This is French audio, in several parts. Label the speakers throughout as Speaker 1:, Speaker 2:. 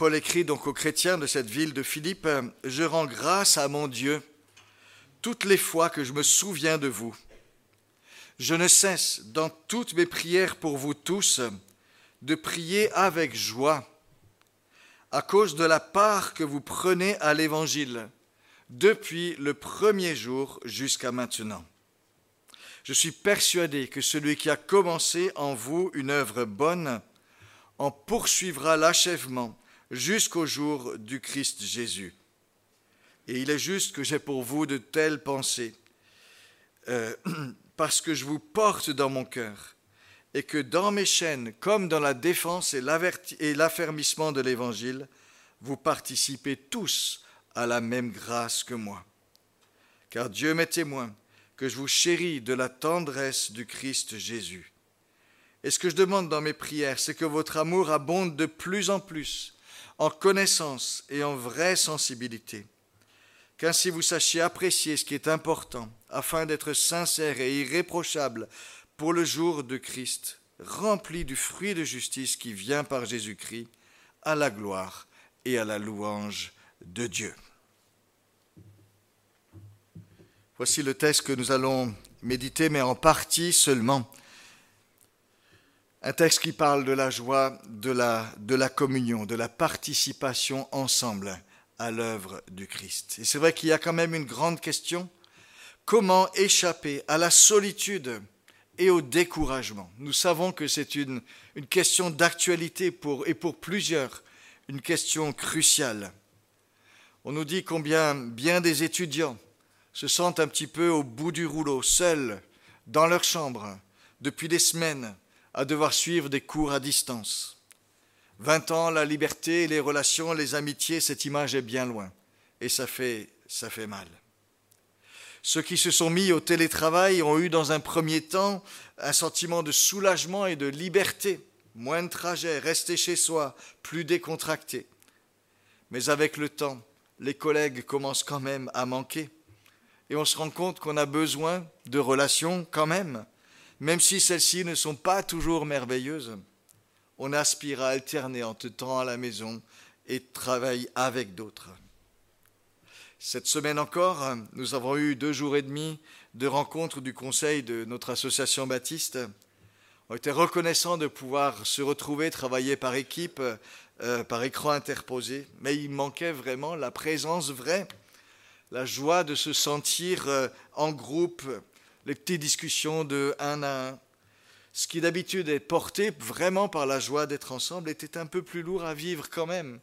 Speaker 1: Paul écrit donc aux chrétiens de cette ville de Philippe, « Je rends grâce à mon Dieu toutes les fois que je me souviens de vous. Je ne cesse, dans toutes mes prières pour vous tous, de prier avec joie à cause de la part que vous prenez à l'Évangile depuis le premier jour jusqu'à maintenant. Je suis persuadé que celui qui a commencé en vous une œuvre bonne en poursuivra l'achèvement jusqu'au jour du Christ Jésus. Et il est juste que j'ai pour vous de telles pensées, parce que je vous porte dans mon cœur, et que dans mes chaînes, comme dans la défense et l'affermissement de l'Évangile, vous participez tous à la même grâce que moi. Car Dieu m'est témoin que je vous chéris de la tendresse du Christ Jésus. Et ce que je demande dans mes prières, c'est que votre amour abonde de plus en connaissance et en vraie sensibilité, qu'ainsi vous sachiez apprécier ce qui est important, afin d'être sincère et irréprochable pour le jour de Christ, rempli du fruit de justice qui vient par Jésus-Christ, à la gloire et à la louange de Dieu. Voici le texte que nous allons méditer, mais en partie seulement. Un texte qui parle de la joie, de la communion, de la participation ensemble à l'œuvre du Christ. Et c'est vrai qu'il y a quand même une grande question. Comment échapper à la solitude et au découragement? Nous savons que c'est une question d'actualité pour plusieurs, une question cruciale. On nous dit combien bien des étudiants se sentent un petit peu au bout du rouleau, seuls, dans leur chambre, depuis des semaines, à devoir suivre des cours à distance. 20 ans, la liberté, les relations, les amitiés, cette image est bien loin. Et ça fait mal. Ceux qui se sont mis au télétravail ont eu dans un premier temps un sentiment de soulagement et de liberté. Moins de trajets, rester chez soi, plus décontracté. Mais avec le temps, les collègues commencent quand même à manquer. Et on se rend compte qu'on a besoin de relations quand même si celles-ci ne sont pas toujours merveilleuses. On aspire à alterner entre temps à la maison et travail avec d'autres. Cette semaine encore, nous avons eu 2 jours et demi de rencontres du conseil de notre association baptiste. On était reconnaissants de pouvoir se retrouver, travailler par équipe, par écran interposé, mais il manquait vraiment la présence vraie, la joie de se sentir en groupe, les petites discussions de 1 à 1. Ce qui d'habitude est porté vraiment par la joie d'être ensemble était un peu plus lourd à vivre quand même,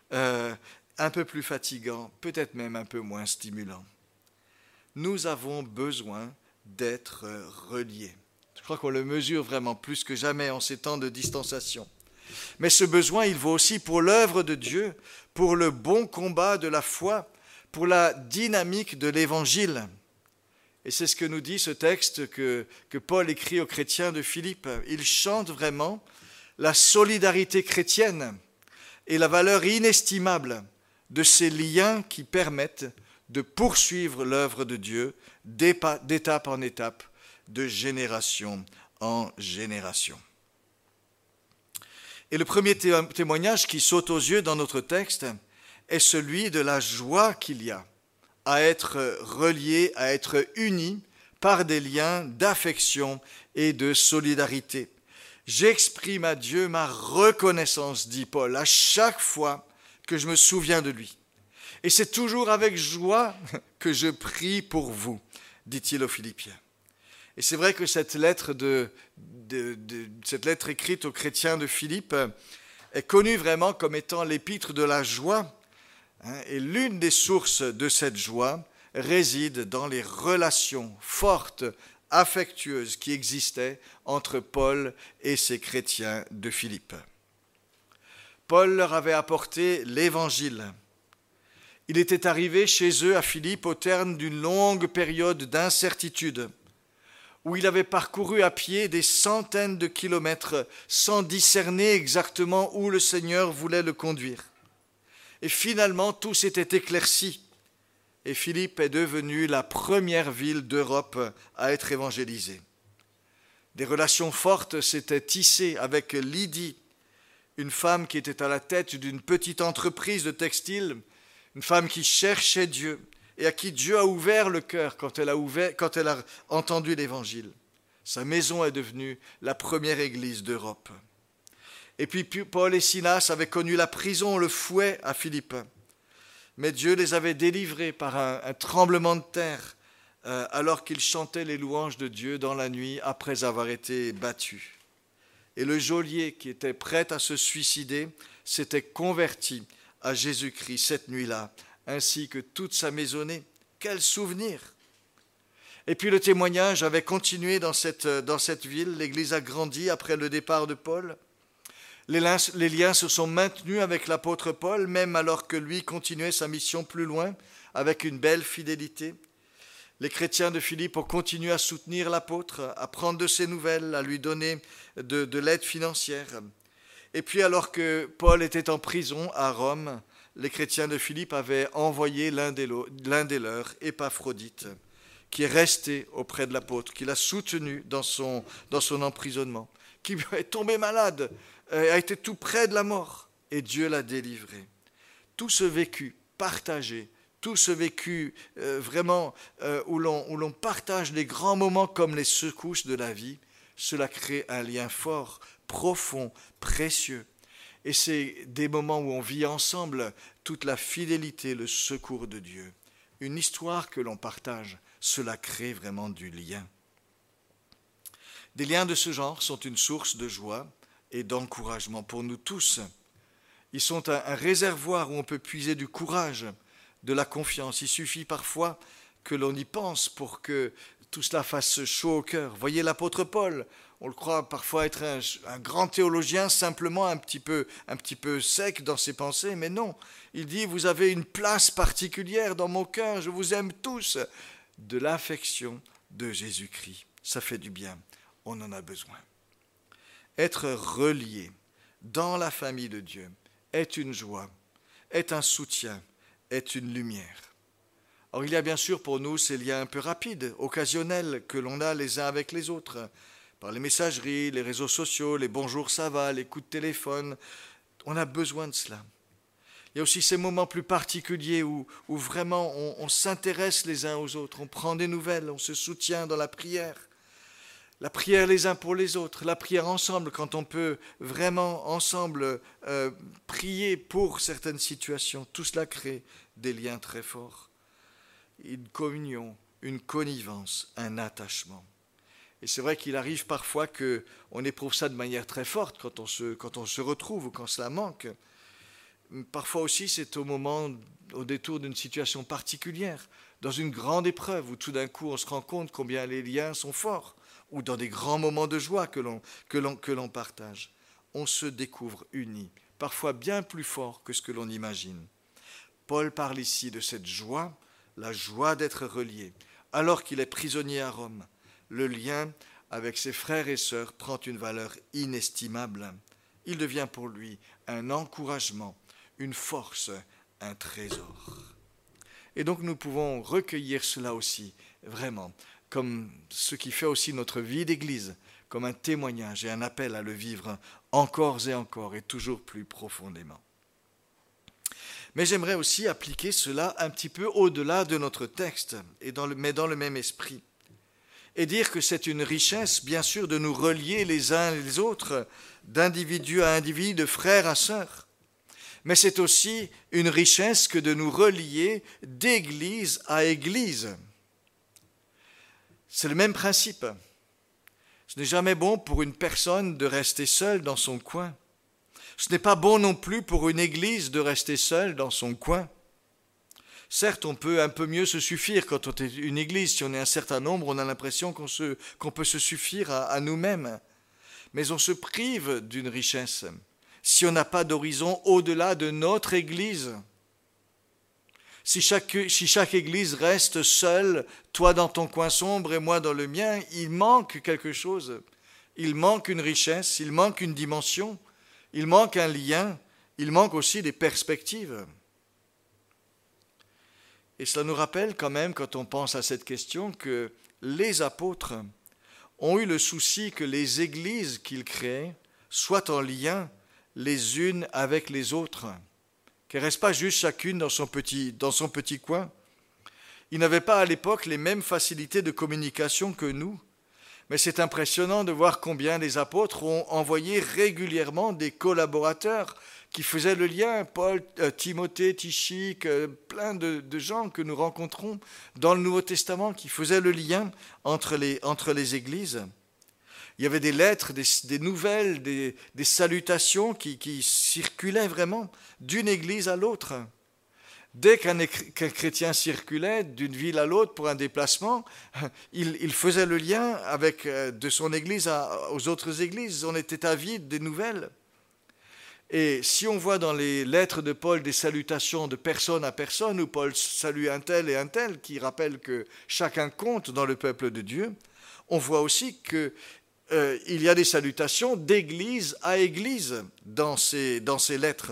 Speaker 1: un peu plus fatigant, peut-être même un peu moins stimulant. Nous avons besoin d'être reliés. Je crois qu'on le mesure vraiment plus que jamais en ces temps de distanciation. Mais ce besoin, il vaut aussi pour l'œuvre de Dieu, pour le bon combat de la foi, pour la dynamique de l'Évangile. Et c'est ce que nous dit ce texte que Paul écrit aux chrétiens de Philippe. Il chante vraiment la solidarité chrétienne et la valeur inestimable de ces liens qui permettent de poursuivre l'œuvre de Dieu d'étape en étape, de génération en génération. Et le premier témoignage qui saute aux yeux dans notre texte est celui de la joie qu'il y a à être reliés, à être unis par des liens d'affection et de solidarité. J'exprime à Dieu ma reconnaissance, dit Paul, à chaque fois que je me souviens de lui. Et c'est toujours avec joie que je prie pour vous, dit-il aux Philippiens. Et c'est vrai que cette lettre écrite aux chrétiens de Philippe est connue vraiment comme étant l'épître de la joie. Et l'une des sources de cette joie réside dans les relations fortes, affectueuses qui existaient entre Paul et ses chrétiens de Philippe. Paul leur avait apporté l'Évangile. Il était arrivé chez eux à Philippe au terme d'une longue période d'incertitude, où il avait parcouru à pied des centaines de kilomètres sans discerner exactement où le Seigneur voulait le conduire. Et finalement, tout s'était éclairci. Et Philippe est devenu la première ville d'Europe à être évangélisée. Des relations fortes s'étaient tissées avec Lydie, une femme qui était à la tête d'une petite entreprise de textile, une femme qui cherchait Dieu et à qui Dieu a ouvert le cœur quand elle a entendu l'Évangile. Sa maison est devenue la première église d'Europe. Et puis Paul et Silas avaient connu la prison, le fouet à Philippe. Mais Dieu les avait délivrés par un tremblement de terre alors qu'ils chantaient les louanges de Dieu dans la nuit après avoir été battus. Et le geôlier qui était prêt à se suicider s'était converti à Jésus-Christ cette nuit-là, ainsi que toute sa maisonnée. Quel souvenir! Et puis le témoignage avait continué dans cette ville. L'Église a grandi après le départ de Paul. Les liens se sont maintenus avec l'apôtre Paul, même alors que lui continuait sa mission plus loin, avec une belle fidélité. Les chrétiens de Philippe ont continué à soutenir l'apôtre, à prendre de ses nouvelles, à lui donner de l'aide financière. Et puis alors que Paul était en prison à Rome, les chrétiens de Philippe avaient envoyé l'un des leurs, Épaphrodite, qui est resté auprès de l'apôtre, qui l'a soutenu dans son emprisonnement, qui est tombé malade, a été tout près de la mort, et Dieu l'a délivré. Tout ce vécu partagé, tout ce vécu vraiment où l'on partage les grands moments comme les secousses de la vie, cela crée un lien fort, profond, précieux. Et c'est des moments où on vit ensemble toute la fidélité, le secours de Dieu. Une histoire que l'on partage, cela crée vraiment du lien. Des liens de ce genre sont une source de joie et d'encouragement pour nous tous. Ils sont un réservoir où on peut puiser du courage, de la confiance. Il suffit parfois que l'on y pense pour que tout cela fasse chaud au cœur. Voyez l'apôtre Paul, on le croit parfois être un grand théologien, simplement un petit peu sec dans ses pensées, mais non. Il dit, vous avez une place particulière dans mon cœur, je vous aime tous, de l'affection de Jésus-Christ. Ça fait du bien, on en a besoin. Être relié dans la famille de Dieu est une joie, est un soutien, est une lumière. Or, il y a bien sûr pour nous ces liens un peu rapides, occasionnels, que l'on a les uns avec les autres, par les messageries, les réseaux sociaux, les bonjours ça va, les coups de téléphone. On a besoin de cela. Il y a aussi ces moments plus particuliers où vraiment on s'intéresse les uns aux autres, on prend des nouvelles, on se soutient dans la prière les uns pour les autres, la prière ensemble, quand on peut vraiment ensemble prier pour certaines situations. Tout cela crée des liens très forts. Une communion, une connivence, un attachement. Et c'est vrai qu'il arrive parfois qu'on éprouve ça de manière très forte quand on se retrouve ou quand cela manque. Parfois aussi, c'est au détour d'une situation particulière, dans une grande épreuve où tout d'un coup on se rend compte combien les liens sont forts, ou dans des grands moments de joie que l'on partage. On se découvre unis, parfois bien plus fort que ce que l'on imagine. Paul parle ici de cette joie, la joie d'être relié, alors qu'il est prisonnier à Rome. Le lien avec ses frères et sœurs prend une valeur inestimable. Il devient pour lui un encouragement, une force, un trésor. Et donc nous pouvons recueillir cela aussi, vraiment, comme ce qui fait aussi notre vie d'Église, comme un témoignage et un appel à le vivre encore et toujours plus profondément. Mais j'aimerais aussi appliquer cela un petit peu au-delà de notre texte, mais dans le même esprit. Et dire que c'est une richesse, bien sûr, de nous relier les uns les autres, d'individu à individu, de frère à sœur. Mais c'est aussi une richesse que de nous relier d'église à église. C'est le même principe. Ce n'est jamais bon pour une personne de rester seule dans son coin. Ce n'est pas bon non plus pour une église de rester seule dans son coin. Certes, on peut un peu mieux se suffire quand on est une église. Si on est un certain nombre, on a l'impression qu'on peut se suffire à nous-mêmes. Mais on se prive d'une richesse si on n'a pas d'horizon au-delà de notre église. Si chaque église reste seule, toi dans ton coin sombre et moi dans le mien, il manque quelque chose. Il manque une richesse, il manque une dimension, il manque un lien, il manque aussi des perspectives. Et cela nous rappelle quand même, quand on pense à cette question, que les apôtres ont eu le souci que les églises qu'ils créaient soient en lien les unes avec les autres, qu'elles ne restent pas juste chacune dans son petit coin. Ils n'avaient pas à l'époque les mêmes facilités de communication que nous, mais c'est impressionnant de voir combien les apôtres ont envoyé régulièrement des collaborateurs qui faisaient le lien, Paul, Timothée, Tychique, plein de gens que nous rencontrons dans le Nouveau Testament qui faisaient le lien entre les églises. Il y avait des lettres, des nouvelles, des salutations qui circulaient vraiment d'une église à l'autre. Dès qu'un chrétien circulait d'une ville à l'autre pour un déplacement, il faisait le lien de son église aux autres églises. On était avide des nouvelles. Et si on voit dans les lettres de Paul des salutations de personne à personne, où Paul salue un tel et un tel, qui rappellent que chacun compte dans le peuple de Dieu, on voit aussi qu'il y a des salutations d'église à église dans ces lettres.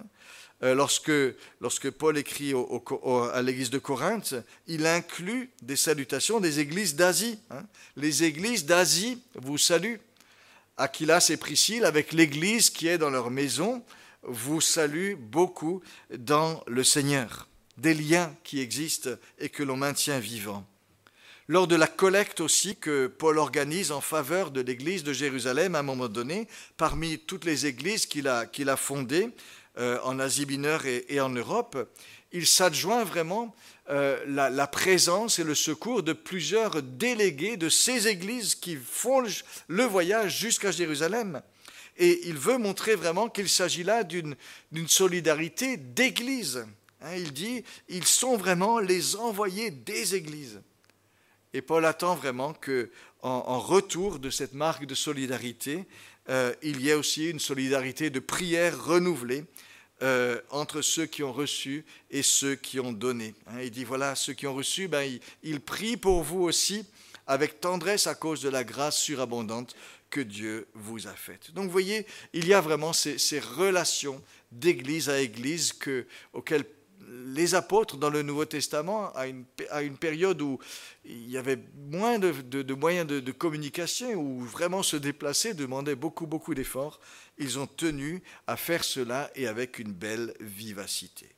Speaker 1: Lorsque Paul écrit à l'église de Corinthe, il inclut des salutations des églises d'Asie. Les églises d'Asie vous saluent. Aquilas et Priscille, avec l'église qui est dans leur maison, vous saluent beaucoup dans le Seigneur. Des liens qui existent et que l'on maintient vivants. Lors de la collecte aussi que Paul organise en faveur de l'église de Jérusalem à un moment donné, parmi toutes les églises qu'il a fondées en Asie mineure et en Europe, il s'adjoint vraiment la présence et le secours de plusieurs délégués de ces églises qui font le voyage jusqu'à Jérusalem. Et il veut montrer vraiment qu'il s'agit là d'une solidarité d'églises. Il dit, ils sont vraiment les envoyés des églises. Et Paul attend vraiment qu'en retour de cette marque de solidarité, il y ait aussi une solidarité de prière renouvelée entre ceux qui ont reçu et ceux qui ont donné. Il dit, voilà, ceux qui ont reçu, ils prient pour vous aussi avec tendresse à cause de la grâce surabondante que Dieu vous a faite. Donc vous voyez, il y a vraiment ces relations d'église à église auxquelles les apôtres dans le Nouveau Testament, à une période où il y avait moins de moyens de communication, où vraiment se déplacer demandait beaucoup, beaucoup d'efforts, ils ont tenu à faire cela et avec une belle vivacité.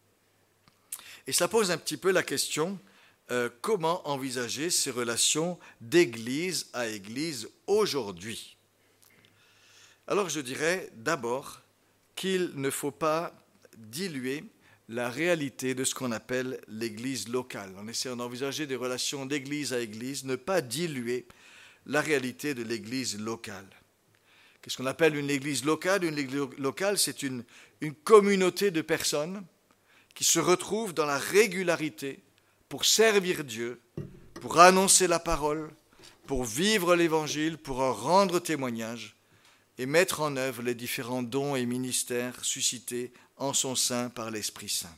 Speaker 1: Et ça pose un petit peu la question, comment envisager ces relations d'église à église aujourd'hui ? Alors je dirais d'abord qu'il ne faut pas diluer la réalité de ce qu'on appelle l'église locale. En essayant d'envisager des relations d'église à église, ne pas diluer la réalité de l'église locale. Qu'est-ce qu'on appelle une église locale ? Une église locale, c'est une communauté de personnes qui se retrouvent dans la régularité pour servir Dieu, pour annoncer la parole, pour vivre l'évangile, pour en rendre témoignage et mettre en œuvre les différents dons et ministères suscités en son sein par l'Esprit Saint.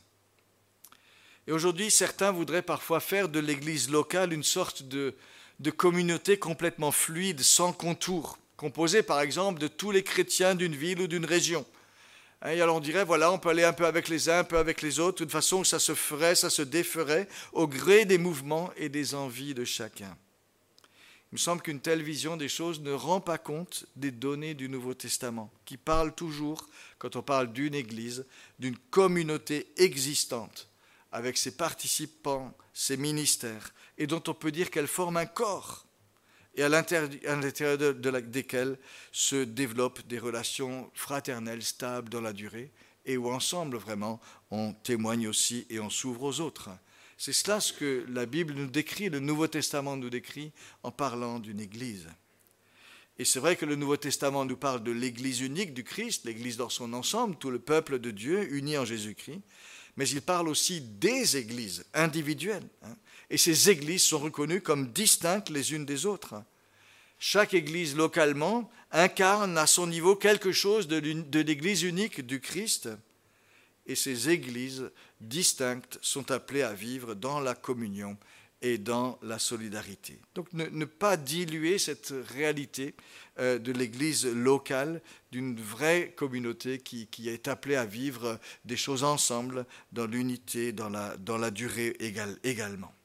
Speaker 1: Et aujourd'hui, certains voudraient parfois faire de l'église locale une sorte de communauté complètement fluide, sans contour, composée par exemple de tous les chrétiens d'une ville ou d'une région. Et alors on dirait, voilà, on peut aller un peu avec les uns, un peu avec les autres, d'une façon que ça se ferait, ça se déferait au gré des mouvements et des envies de chacun. Il me semble qu'une telle vision des choses ne rend pas compte des données du Nouveau Testament, qui parle toujours, quand on parle d'une église, d'une communauté existante, avec ses participants, ses ministères, et dont on peut dire qu'elle forme un corps, et à l'intérieur desquels se développent des relations fraternelles stables dans la durée, et où ensemble, vraiment, on témoigne aussi et on s'ouvre aux autres. C'est cela ce que la Bible nous décrit, le Nouveau Testament nous décrit en parlant d'une église. Et c'est vrai que le Nouveau Testament nous parle de l'église unique du Christ, l'église dans son ensemble, tout le peuple de Dieu uni en Jésus-Christ, mais il parle aussi des églises individuelles. Et ces églises sont reconnues comme distinctes les unes des autres. Chaque église localement incarne à son niveau quelque chose de l'église unique du Christ. Et ces églises distinctes sont appelées à vivre dans la communion et dans la solidarité. Donc ne pas diluer cette réalité de l'église locale, d'une vraie communauté qui est appelée à vivre des choses ensemble, dans l'unité, dans la durée également.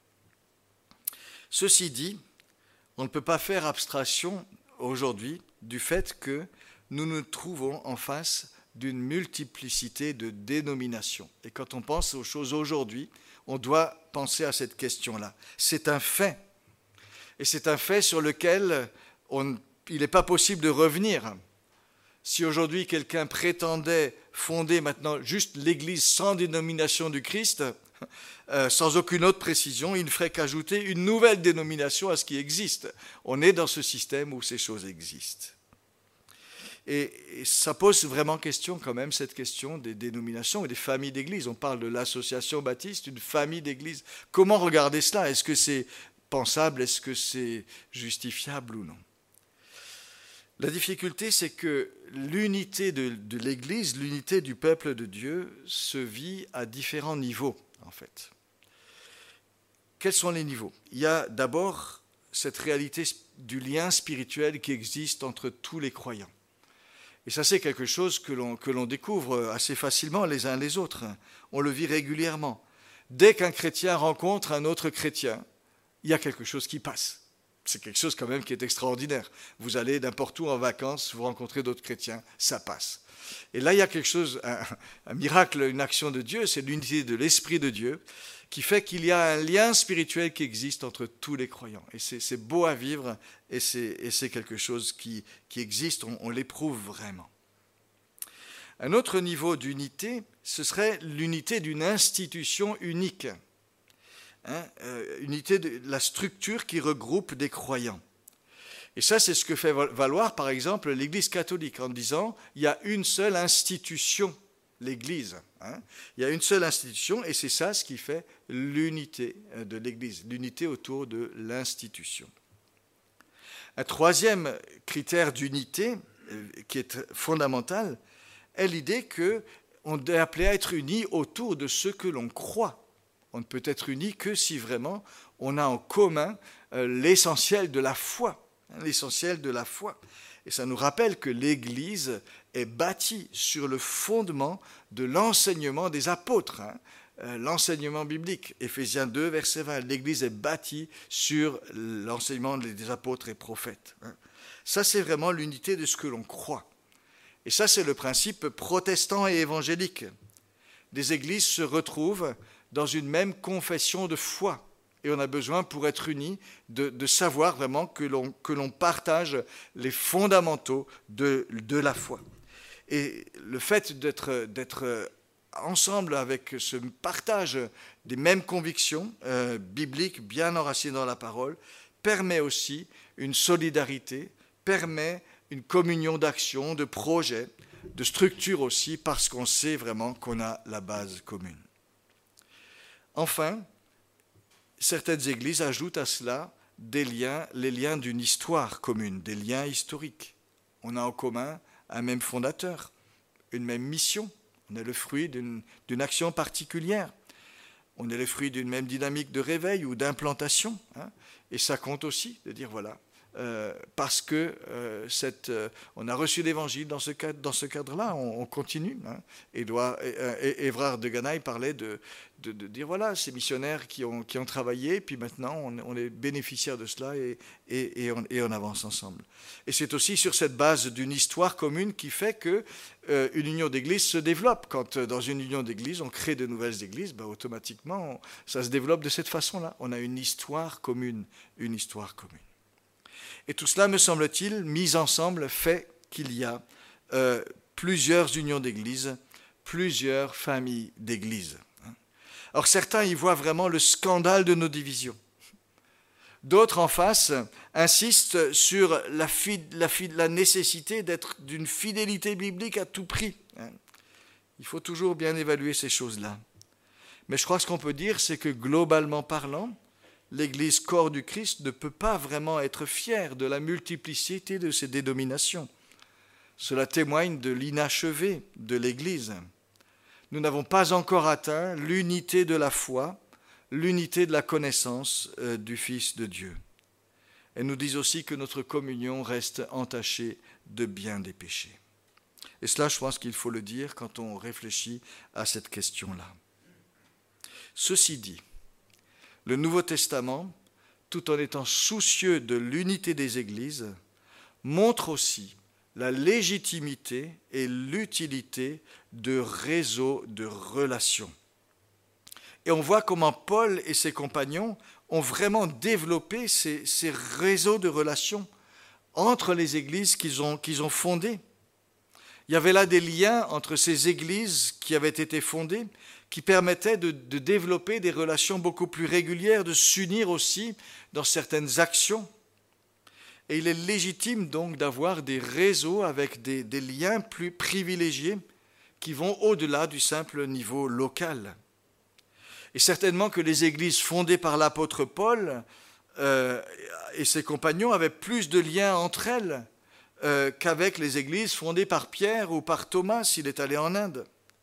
Speaker 1: Ceci dit, on ne peut pas faire abstraction aujourd'hui du fait que nous nous trouvons en face d'une multiplicité de dénominations. Et quand on pense aux choses aujourd'hui, on doit penser à cette question-là. C'est un fait. Et c'est un fait sur lequel il n'est pas possible de revenir. Si aujourd'hui quelqu'un prétendait fonder maintenant juste l'Église sans dénomination du Christ, sans aucune autre précision, il ne ferait qu'ajouter une nouvelle dénomination à ce qui existe. On est dans ce système où ces choses existent. Et ça pose vraiment question quand même, cette question des dénominations et des familles d'églises. On parle de l'association baptiste, une famille d'églises. Comment regarder cela? Est-ce que c'est pensable? Est-ce que c'est justifiable ou non? La difficulté, c'est que l'unité de l'Église, l'unité du peuple de Dieu, se vit à différents niveaux, en fait. Quels sont les niveaux? Il y a d'abord cette réalité du lien spirituel qui existe entre tous les croyants. Et ça, c'est quelque chose que l'on découvre assez facilement les uns les autres. On le vit régulièrement. Dès qu'un chrétien rencontre un autre chrétien, il y a quelque chose qui passe. C'est quelque chose quand même qui est extraordinaire. Vous allez n'importe où en vacances, vous rencontrez d'autres chrétiens, ça passe. Et là, il y a quelque chose, un miracle, une action de Dieu, c'est l'unité de l'Esprit de Dieu, qui fait qu'il y a un lien spirituel qui existe entre tous les croyants. Et c'est beau à vivre, et c'est quelque chose qui existe, on l'éprouve vraiment. Un autre niveau d'unité, ce serait l'unité d'une institution unique. Unité de la structure qui regroupe des croyants. Et ça, c'est ce que fait valoir, par exemple, l'Église catholique, en disant il y a une seule institution, l'Église. Il y a une seule institution, et c'est ça ce qui fait l'unité de l'Église, l'unité autour de l'institution. Un troisième critère d'unité, qui est fondamental, est l'idée qu'on est appelé à être unis autour de ce que l'on croit. On ne peut être uni que si vraiment on a en commun l'essentiel de la foi. L'essentiel de la foi. Et ça nous rappelle que l'Église est bâtie sur le fondement de l'enseignement des apôtres, l'enseignement biblique. Éphésiens 2, verset 20, l'Église est bâtie sur l'enseignement des apôtres et prophètes. Ça, c'est vraiment l'unité de ce que l'on croit. Et ça, c'est le principe protestant et évangélique. Des églises se retrouvent dans une même confession de foi. Et on a besoin, pour être unis, de savoir vraiment que l'on partage les fondamentaux de la foi. Et le fait d'être ensemble avec ce partage des mêmes convictions bibliques bien enracinées dans la parole permet aussi une solidarité, permet une communion d'actions, de projets, de structures aussi, parce qu'on sait vraiment qu'on a la base commune. Enfin, certaines églises ajoutent à cela les liens d'une histoire commune, des liens historiques. On a en commun un même fondateur, une même mission. On est le fruit d'une action particulière. On est le fruit d'une même dynamique de réveil ou d'implantation. Et ça compte aussi de dire voilà. Parce que on a reçu l'Évangile dans ce cadre-là, on continue. Et Évrard de Ganaï parlait de dire voilà, ces missionnaires qui ont travaillé, puis maintenant on est bénéficiaires de cela et on avance ensemble. Et c'est aussi sur cette base d'une histoire commune qui fait que une union d'église se développe. Quand dans une union d'église on crée de nouvelles églises, automatiquement ça se développe de cette façon-là. On a une histoire commune, Et tout cela, me semble-t-il, mis ensemble, fait qu'il y a plusieurs unions d'églises, plusieurs familles d'églises. Alors certains y voient vraiment le scandale de nos divisions. D'autres, en face, insistent sur la nécessité d'être d'une fidélité biblique à tout prix. Il faut toujours bien évaluer ces choses-là. Mais je crois que ce qu'on peut dire, c'est que globalement parlant, l'Église corps du Christ ne peut pas vraiment être fière de la multiplicité de ses dénominations. Cela témoigne de l'inachevé de l'Église. Nous n'avons pas encore atteint l'unité de la foi, l'unité de la connaissance du Fils de Dieu. Elle nous dit aussi que notre communion reste entachée de bien des péchés. Et cela, je pense qu'il faut le dire quand on réfléchit à cette question-là. Ceci dit, le Nouveau Testament, tout en étant soucieux de l'unité des églises, montre aussi la légitimité et l'utilité de réseaux de relations. Et on voit comment Paul et ses compagnons ont vraiment développé ces réseaux de relations entre les églises qu'ils ont fondées. Il y avait là des liens entre ces églises qui avaient été fondées, qui permettaient de développer des relations beaucoup plus régulières, de s'unir aussi dans certaines actions. Et il est légitime donc d'avoir des réseaux avec des liens plus privilégiés qui vont au-delà du simple niveau local. Et certainement que les églises fondées par l'apôtre Paul et ses compagnons avaient plus de liens entre elles qu'avec les églises fondées par Pierre ou par Thomas s'il est allé en Inde.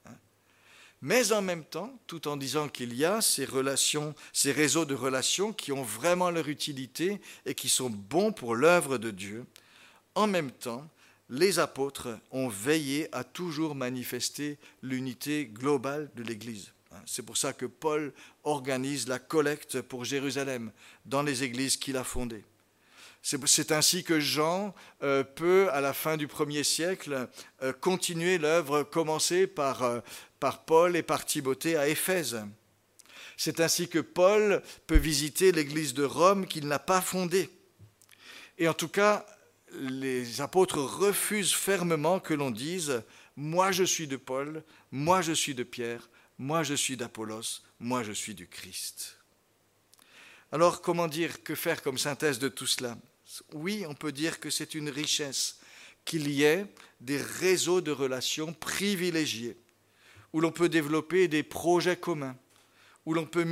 Speaker 1: Mais en même temps, tout en disant qu'il y a ces réseaux de relations qui ont vraiment leur utilité et qui sont bons pour l'œuvre de Dieu, en même temps, les apôtres ont veillé à toujours manifester l'unité globale de l'Église. C'est pour ça que Paul organise la collecte pour Jérusalem dans les églises qu'il a fondées. C'est ainsi que Jean peut, à la fin du 1er siècle, continuer l'œuvre commencée par Paul et par Timothée à Éphèse. C'est ainsi que Paul peut visiter l'église de Rome qu'il n'a pas fondée. Et en tout cas, les apôtres refusent fermement que l'on dise « Moi je suis de Paul, moi je suis de Pierre, moi je suis d'Apollos, moi je suis du Christ. » Alors comment dire, que faire comme synthèse de tout cela ? Oui, on peut dire que c'est une richesse qu'il y ait des réseaux de relations privilégiés, où l'on peut développer des projets communs, où l'on peut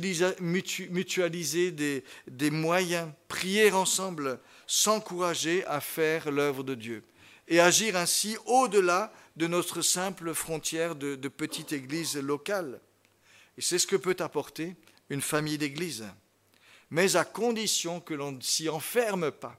Speaker 1: mutualiser des moyens, prier ensemble, s'encourager à faire l'œuvre de Dieu et agir ainsi au-delà de notre simple frontière de petite église locale. Et c'est ce que peut apporter une famille d'église, mais à condition que l'on ne s'y enferme pas,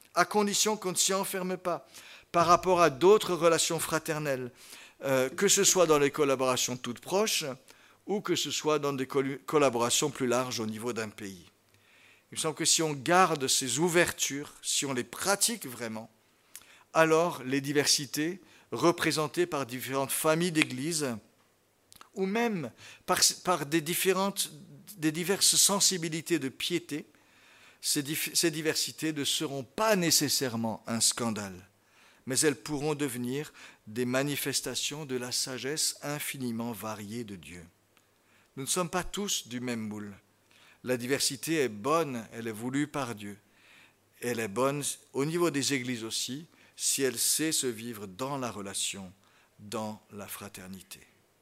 Speaker 1: par rapport à d'autres relations fraternelles, que ce soit dans les collaborations toutes proches ou que ce soit dans des collaborations plus larges au niveau d'un pays. Il me semble que si on garde ces ouvertures, si on les pratique vraiment, alors les diversités représentées par différentes familles d'églises ou même par des diverses sensibilités de piété, ces diversités ne seront pas nécessairement un scandale, mais elles pourront devenir des manifestations de la sagesse infiniment variée de Dieu. Nous ne sommes pas tous du même moule. La diversité est bonne, elle est voulue par Dieu. Elle est bonne au niveau des églises aussi, si elle sait se vivre dans la relation, dans la fraternité.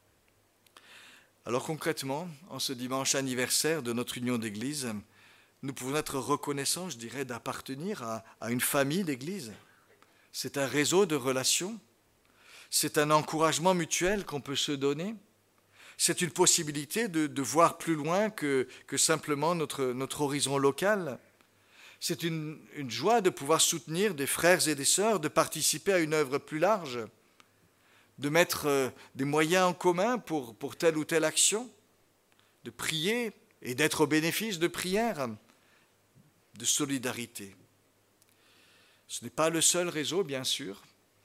Speaker 1: Alors concrètement, en ce dimanche anniversaire de notre union d'église, nous pouvons être reconnaissants, je dirais, d'appartenir à une famille d'église. C'est un réseau de relations, c'est un encouragement mutuel qu'on peut se donner, c'est une possibilité de voir plus loin que simplement notre horizon local. C'est une joie de pouvoir soutenir des frères et des sœurs, de participer à une œuvre plus large, de mettre des moyens en commun pour telle ou telle action, de prier et d'être au bénéfice de prières, de solidarité. Ce n'est pas le seul réseau, bien sûr,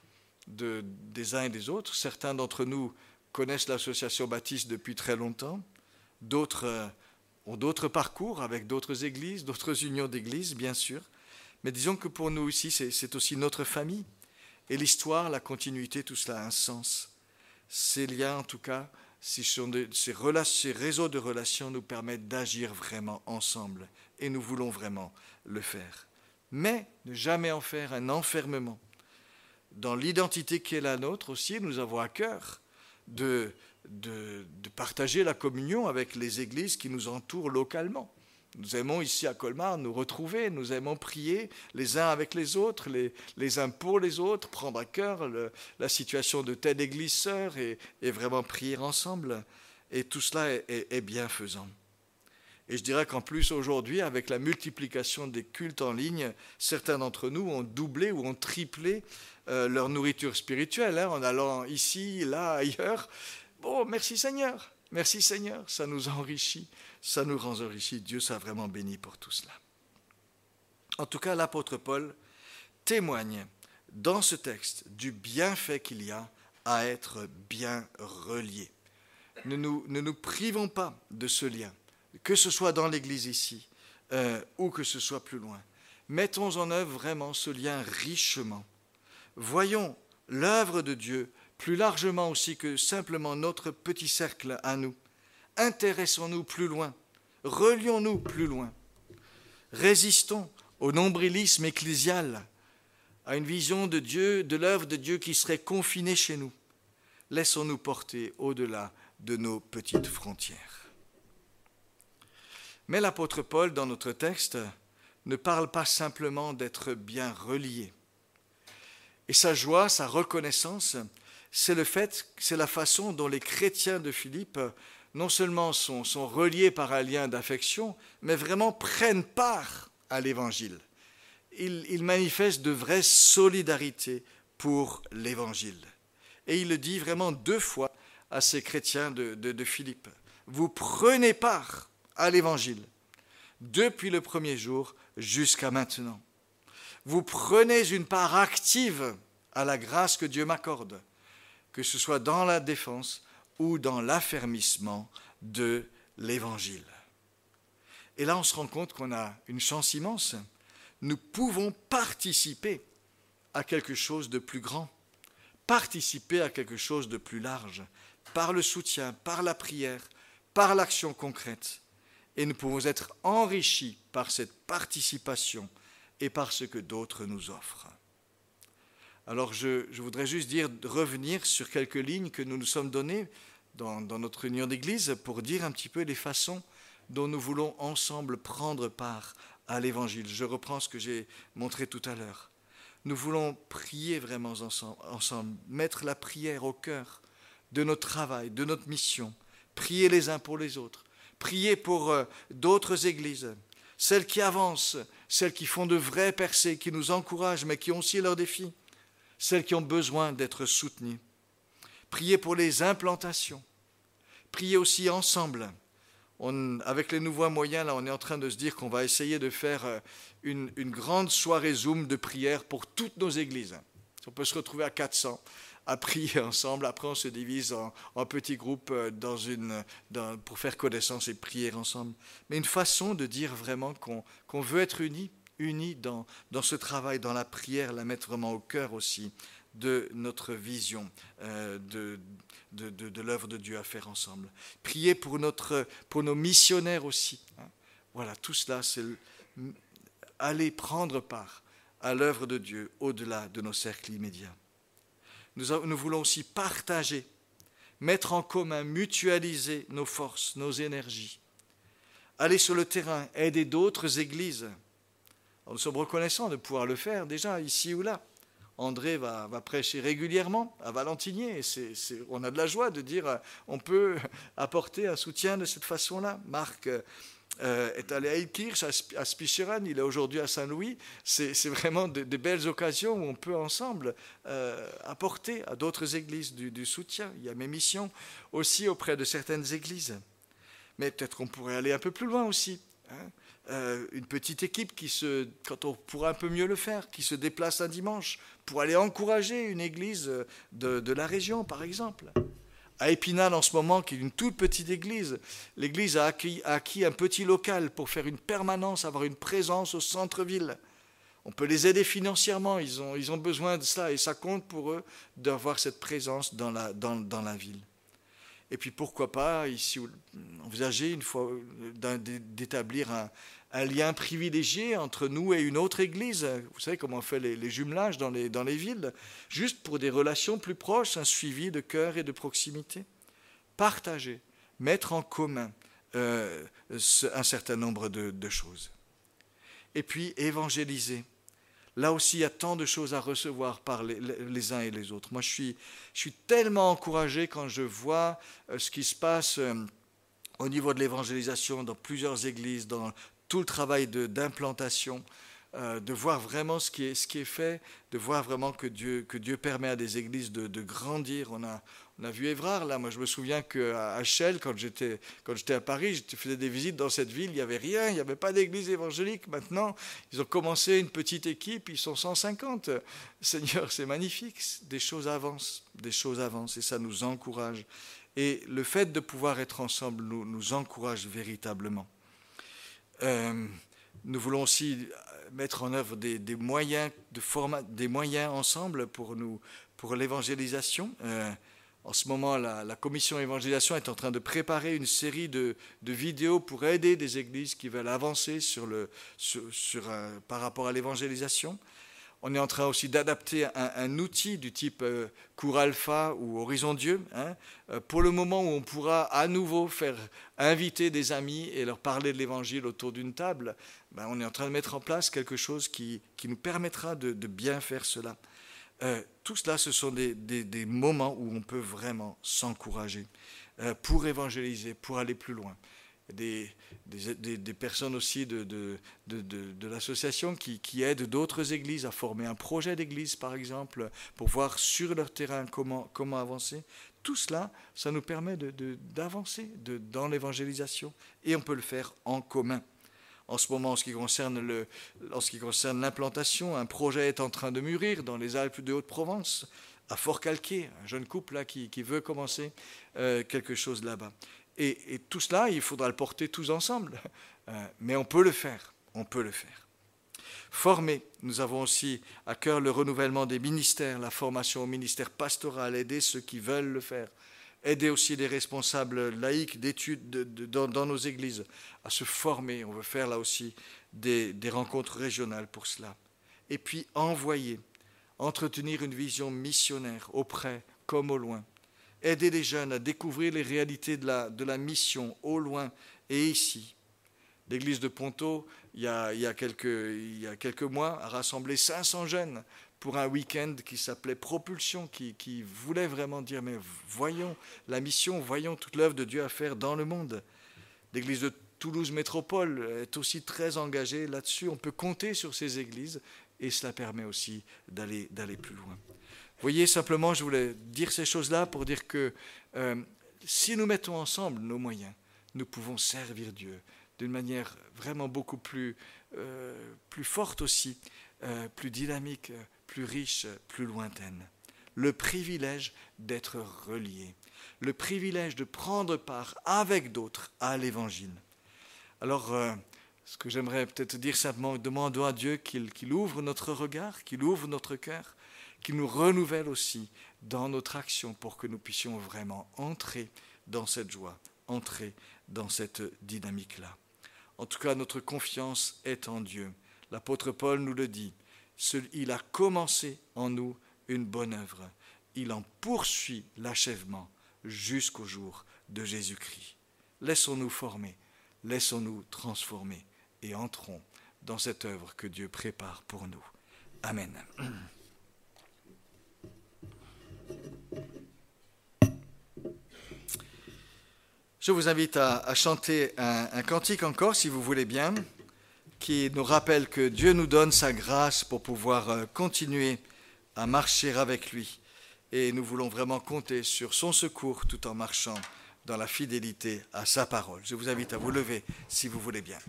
Speaker 1: des uns et des autres. Certains d'entre nous connaissent l'association baptiste depuis très longtemps, d'autres ont d'autres parcours avec d'autres églises, d'autres unions d'églises, bien sûr. Mais disons que pour nous aussi, c'est aussi notre famille. Et l'histoire, la continuité, tout cela a un sens. Ces liens, en tout cas, ces réseaux de relations nous permettent d'agir vraiment ensemble. Et nous voulons vraiment le faire. Mais ne jamais en faire un enfermement. Dans l'identité qui est la nôtre aussi, nous avons à cœur de partager la communion avec les églises qui nous entourent localement. Nous aimons ici à Colmar nous retrouver, nous aimons prier les uns avec les autres, les uns pour les autres, prendre à cœur la situation de telle église sœur et vraiment prier ensemble. Et tout cela est bienfaisant. Et je dirais qu'en plus aujourd'hui, avec la multiplication des cultes en ligne, certains d'entre nous ont doublé ou ont triplé leur nourriture spirituelle, en allant ici, là, ailleurs. Bon, merci Seigneur, ça nous enrichit, ça nous rend enrichis. Dieu soit vraiment béni pour tout cela. En tout cas, l'apôtre Paul témoigne dans ce texte du bienfait qu'il y a à être bien reliés. Ne nous privons pas de ce lien, que ce soit dans l'Église ici ou que ce soit plus loin. Mettons en œuvre vraiment ce lien richement. Voyons l'œuvre de Dieu plus largement aussi que simplement notre petit cercle à nous. Intéressons-nous plus loin, relions-nous plus loin. Résistons au nombrilisme ecclésial, à une vision de Dieu, de l'œuvre de Dieu qui serait confinée chez nous. Laissons-nous porter au-delà de nos petites frontières. Mais l'apôtre Paul, dans notre texte, ne parle pas simplement d'être bien relié. Et sa joie, sa reconnaissance, c'est la façon dont les chrétiens de Philippe non seulement sont reliés par un lien d'affection, mais vraiment prennent part à l'Évangile. Ils manifestent de vraie solidarité pour l'Évangile. Et il le dit vraiment 2 fois à ces chrétiens de Philippe. Vous prenez part à l'Évangile depuis le premier jour jusqu'à maintenant. Vous prenez une part active à la grâce que Dieu m'accorde, que ce soit dans la défense ou dans l'affermissement de l'Évangile. Et là, on se rend compte qu'on a une chance immense. Nous pouvons participer à quelque chose de plus grand, participer à quelque chose de plus large, par le soutien, par la prière, par l'action concrète. Et nous pouvons être enrichis par cette participation et par ce que d'autres nous offrent. Alors je voudrais juste revenir sur quelques lignes que nous nous sommes données dans notre union d'église pour dire un petit peu les façons dont nous voulons ensemble prendre part à l'Évangile. Je reprends ce que j'ai montré tout à l'heure. Nous voulons prier vraiment ensemble, mettre la prière au cœur de notre travail, de notre mission, prier les uns pour les autres, prier pour d'autres églises, celles qui avancent, celles qui font de vraies percées, qui nous encouragent, mais qui ont aussi leurs défis, celles qui ont besoin d'être soutenues. Prier pour les implantations, prier aussi ensemble. Avec les nouveaux moyens, là, on est en train de se dire qu'on va essayer de faire une grande soirée Zoom de prière pour toutes nos églises. On peut se retrouver à 400 à prier ensemble. Après, on se divise en petits groupes pour faire connaissance et prier ensemble. Mais une façon de dire vraiment qu'on veut être unis dans ce travail, dans la prière, la mettre vraiment au cœur aussi de notre vision de l'œuvre de Dieu à faire ensemble. Prier pour nos missionnaires aussi. Voilà, tout cela, c'est aller prendre part à l'œuvre de Dieu au-delà de nos cercles immédiats. Nous voulons aussi partager, mettre en commun, mutualiser nos forces, nos énergies. Aller sur le terrain, aider d'autres églises. Alors, nous sommes reconnaissants de pouvoir le faire déjà ici ou là. André va prêcher régulièrement à Valentinier. On a de la joie de dire on peut apporter un soutien de cette façon-là. Marc est allé à Ilkirch, à Spicheren, il est aujourd'hui à Saint-Louis. C'est vraiment de belles occasions où on peut ensemble apporter à d'autres églises du soutien. Il y a mes missions aussi auprès de certaines églises. Mais peut-être qu'on pourrait aller un peu plus loin aussi. Une petite équipe quand on pourra un peu mieux le faire, qui se déplace un dimanche pour aller encourager une église de la région, par exemple. À Épinal, en ce moment, qui est une toute petite église, l'église a acquis un petit local pour faire une permanence, avoir une présence au centre-ville. On peut les aider financièrement, ils ont besoin de ça, et ça compte pour eux d'avoir cette présence dans la ville. Et puis pourquoi pas, ici, envisager une fois d'établir un lien privilégié entre nous et une autre église. Vous savez comment on fait les jumelages dans les villes, juste pour des relations plus proches, un suivi de cœur et de proximité. Partager, mettre en commun un certain nombre de choses. Et puis évangéliser. Là aussi, il y a tant de choses à recevoir par les uns et les autres. Moi, je suis tellement encouragé quand je vois ce qui se passe au niveau de l'évangélisation dans plusieurs églises, dans tout le travail d'implantation, de voir vraiment ce qui est fait, de voir vraiment que Dieu permet à des églises de grandir. On a vu Évrard, là. Moi, je me souviens qu'à Chelles, quand j'étais à Paris, je faisais des visites dans cette ville, il n'y avait rien, il n'y avait pas d'église évangélique. Maintenant, ils ont commencé une petite équipe, ils sont 150. Seigneur, c'est magnifique. Des choses avancent, et ça nous encourage. Et le fait de pouvoir être ensemble nous encourage véritablement. Nous voulons aussi mettre en œuvre des moyens ensemble pour l'évangélisation. En ce moment, la commission évangélisation est en train de préparer une série de vidéos pour aider des églises qui veulent avancer par rapport à l'évangélisation. On est en train aussi d'adapter un outil du type Cours Alpha ou Horizon Dieu, pour le moment où on pourra à nouveau faire inviter des amis et leur parler de l'évangile autour d'une table. On est en train de mettre en place quelque chose qui nous permettra de bien faire cela. Tout cela, ce sont des moments où on peut vraiment s'encourager pour évangéliser, pour aller plus loin. Des personnes aussi de l'association qui aident d'autres églises à former un projet d'église, par exemple, pour voir sur leur terrain comment avancer. Tout cela, ça nous permet d'avancer dans l'évangélisation, et on peut le faire en commun. En ce moment, en ce qui concerne l'implantation, un projet est en train de mûrir dans les Alpes de Haute-Provence, à Fort-Calquier, un jeune couple là, qui veut commencer quelque chose là-bas. Et tout cela, il faudra le porter tous ensemble. Mais on peut le faire. Former, nous avons aussi à cœur le renouvellement des ministères, la formation au ministère pastoral, aider ceux qui veulent le faire. Aider aussi les responsables laïcs d'études dans nos églises à se former. On veut faire là aussi des rencontres régionales pour cela. Et puis entretenir une vision missionnaire auprès comme au loin. Aider les jeunes à découvrir les réalités de la mission au loin et ici. L'église de Ponto, il y a quelques mois, a rassemblé 500 jeunes pour un week-end qui s'appelait Propulsion, qui voulait vraiment dire, mais voyons la mission, voyons toute l'œuvre de Dieu à faire dans le monde. L'église de Toulouse Métropole est aussi très engagée là-dessus. On peut compter sur ces églises et cela permet aussi d'aller plus loin. Vous voyez, simplement, je voulais dire ces choses-là pour dire que si nous mettons ensemble nos moyens, nous pouvons servir Dieu d'une manière vraiment beaucoup plus forte aussi, plus dynamique, plus riche, plus lointaine. Le privilège d'être relié, le privilège de prendre part avec d'autres à l'Évangile. Alors, ce que j'aimerais peut-être dire simplement, demandons à Dieu qu'il ouvre notre regard, qu'il ouvre notre cœur, qu'il nous renouvelle aussi dans notre action pour que nous puissions vraiment entrer dans cette joie, entrer dans cette dynamique-là. En tout cas, notre confiance est en Dieu. L'apôtre Paul nous le dit, il a commencé en nous une bonne œuvre. Il en poursuit l'achèvement jusqu'au jour de Jésus-Christ. Laissons-nous former, laissons-nous transformer et entrons dans cette œuvre que Dieu prépare pour nous. Amen. Je vous invite à chanter un cantique encore, si vous voulez bien, qui nous rappelle que Dieu nous donne sa grâce pour pouvoir continuer à marcher avec lui. Et nous voulons vraiment compter sur son secours tout en marchant dans la fidélité à sa parole. Je vous invite à vous lever, si vous voulez bien.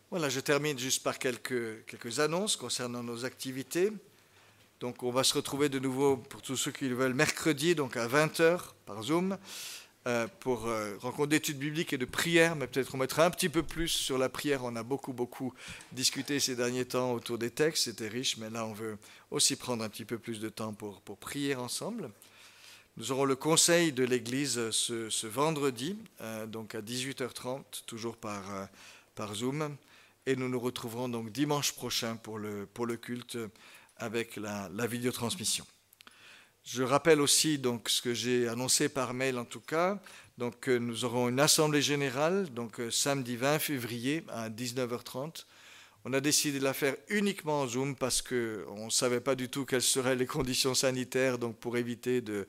Speaker 1: Voilà, je termine juste par quelques annonces concernant nos activités. Donc on va se retrouver de nouveau, pour tous ceux qui le veulent, mercredi, donc à 20 heures par Zoom, pour rencontre d'études bibliques et de prière, mais peut-être on mettra un petit peu plus sur la prière. On a beaucoup discuté ces derniers temps autour des textes, c'était riche, mais là on veut aussi prendre un petit peu plus de temps pour prier ensemble. Nous aurons le conseil de l'Église ce vendredi, donc à 18h30, toujours par Zoom. Et nous nous retrouverons donc dimanche prochain pour le culte avec la vidéotransmission. Je rappelle aussi donc ce que j'ai annoncé par mail en tout cas. Donc nous aurons une assemblée générale donc samedi 20 février à 19h30. On a décidé de la faire uniquement en Zoom parce qu'on ne savait pas du tout quelles seraient les conditions sanitaires, donc pour éviter de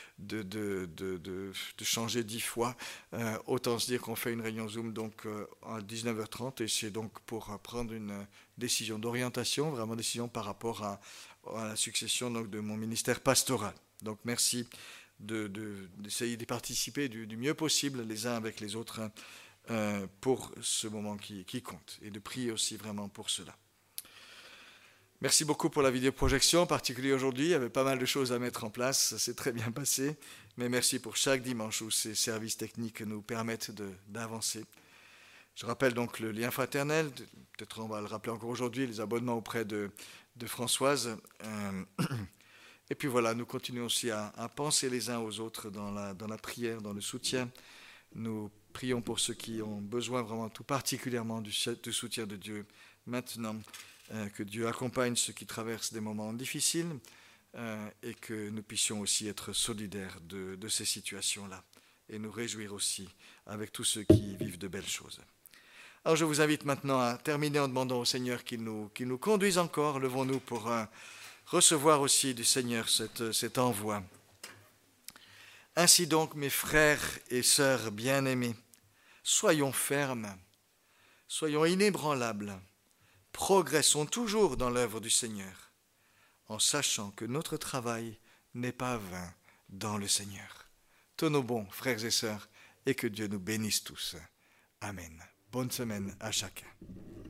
Speaker 1: changer 10 fois. Autant se dire qu'on fait une réunion Zoom donc à 19h30 et c'est donc pour prendre une décision d'orientation, vraiment décision par rapport à la succession donc, de mon ministère pastoral. Donc merci d'essayer d'y participer du mieux possible les uns avec les autres pour ce moment qui compte et de prier aussi vraiment pour cela. Merci beaucoup pour la vidéoprojection, en particulier aujourd'hui. Il y avait pas mal de choses à mettre en place, ça s'est très bien passé. Mais merci pour chaque dimanche où ces services techniques nous permettent d'avancer. Je rappelle donc le lien fraternel, peut-être on va le rappeler encore aujourd'hui, les abonnements auprès de Françoise. Et puis voilà, nous continuons aussi à penser les uns aux autres dans la prière, dans le soutien. Nous prions pour ceux qui ont besoin vraiment tout particulièrement du soutien de Dieu maintenant. Que Dieu accompagne ceux qui traversent des moments difficiles et que nous puissions aussi être solidaires de ces situations-là et nous réjouir aussi avec tous ceux qui vivent de belles choses. Alors je vous invite maintenant à terminer en demandant au Seigneur qu'il nous conduise encore. Levons-nous pour recevoir aussi du Seigneur cet envoi. Ainsi donc, mes frères et sœurs bien-aimés, soyons fermes, soyons inébranlables, progressons toujours dans l'œuvre du Seigneur, en sachant que notre travail n'est pas vain dans le Seigneur. Tenons bon, frères et sœurs, et que Dieu nous bénisse tous. Amen. Bonne semaine à chacun.